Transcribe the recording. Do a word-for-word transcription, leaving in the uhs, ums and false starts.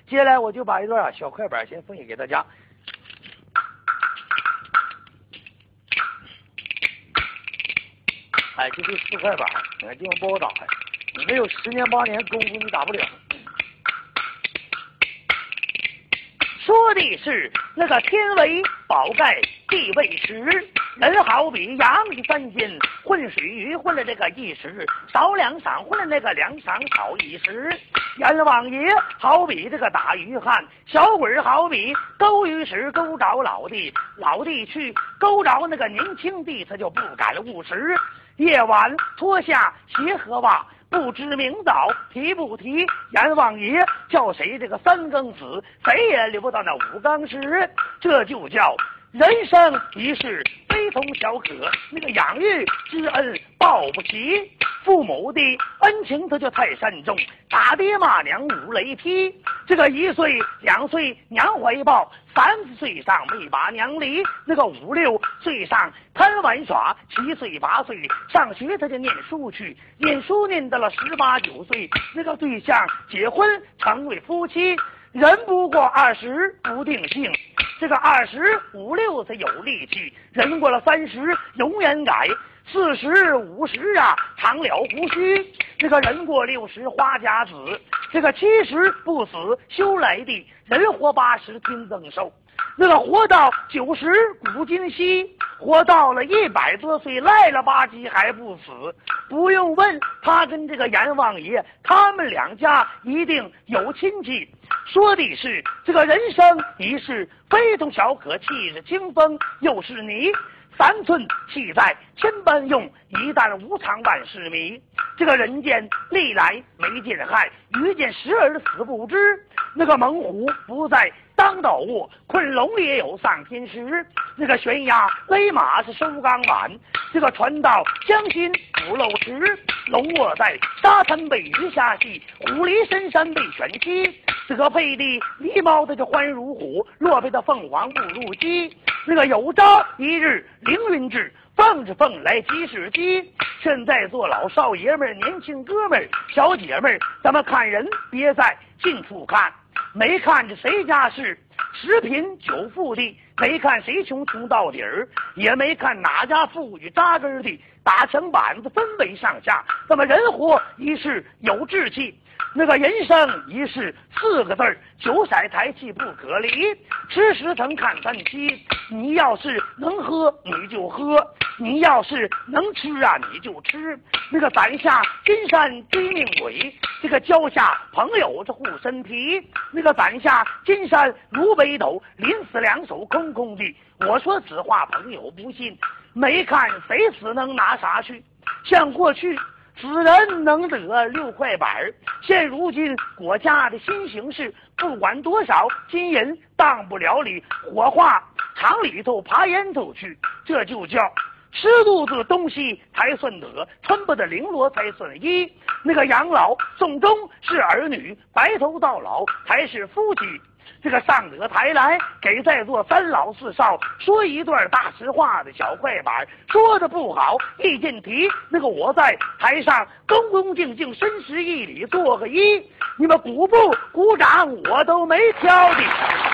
接下来我就把一段啊小快板先分享给大家。哎，就这四块板，哪个地方不好打呀？你没有十年八年功夫，你打不了。说的是那个天为宝盖地为石，人好比羊的三斤，混水鱼混了这个一时，少两晌混了那个两晌少一时。阎王爷好比这个打鱼汉，小鬼好比勾鱼时勾着老弟，老弟去勾着那个年轻弟，他就不敢误食。夜晚脱下鞋和袜，不知明早提不提，阎王爷叫谁这个三更死，谁也留不到那五更时。这就叫人生一世非同小可，那个养育之恩报不齐，父母的恩情他就太深重，打爹骂娘五雷劈。这个一岁两岁娘怀抱，三四岁上没把娘离，那个五六岁上贪玩耍，七岁八岁上学他就念书去，念书念到了十八九岁，那个对象结婚成为夫妻。人不过二十不定性，这个二十五六才有力气，人过了三十永远改，四十五十啊长了胡须，这个人过六十花甲子，这个七十不死修来的，人活八十听增寿，那个活到九十古今稀，活到了一百多岁赖了吧唧还不死。不用问，他跟这个阎王爷他们两家一定有亲戚。说的是这个人生一世非同小可，气势清风又是你，三寸气在千般用，一旦无常万事迷。这个人间历来没见害，遇见时而死不知。那个猛虎不在当道卧，困龙也有上天时。那个悬崖勒马是收钢板，这个船到江心不漏池。龙卧在沙滩被鱼虾戏，虎离深山被犬欺。这配的狸猫的就欢如虎，若配的凤凰不如鸡。那个有朝一日凌云志，凤是凤来鸡是鸡。现在做老少爷们儿、年轻哥们儿、小姐们儿，咱们看人别在近处看，没看着谁家是十贫九富的，没看谁穷穷到底儿，也没看哪家富裕扎根的，打成板子分为上下。咱们人活一世有志气，那个人生一世四个字儿，酒色财气不可离。吃十层看三七，你要是能喝你就喝，你要是能吃啊你就吃。那个攒下金山追命鬼，这个交下朋友这护身皮。那个攒下金山如北斗，临死两手空空的。我说此话朋友不信，没看谁死能拿啥去。像过去死人能得六块板，现如今国家的新形势，不管多少金银当不了里火化厂里头爬烟头去。这就叫吃肚子东西才算得，穿不得绫罗才算衣。那个养老送终是儿女，白头到老才是夫妻。这个上得台来，给在座三老四少说一段大实话的小快板，说的不好一进题，那个我在台上恭恭敬敬深施一礼做个揖，你们鼓不鼓掌我都没挑的。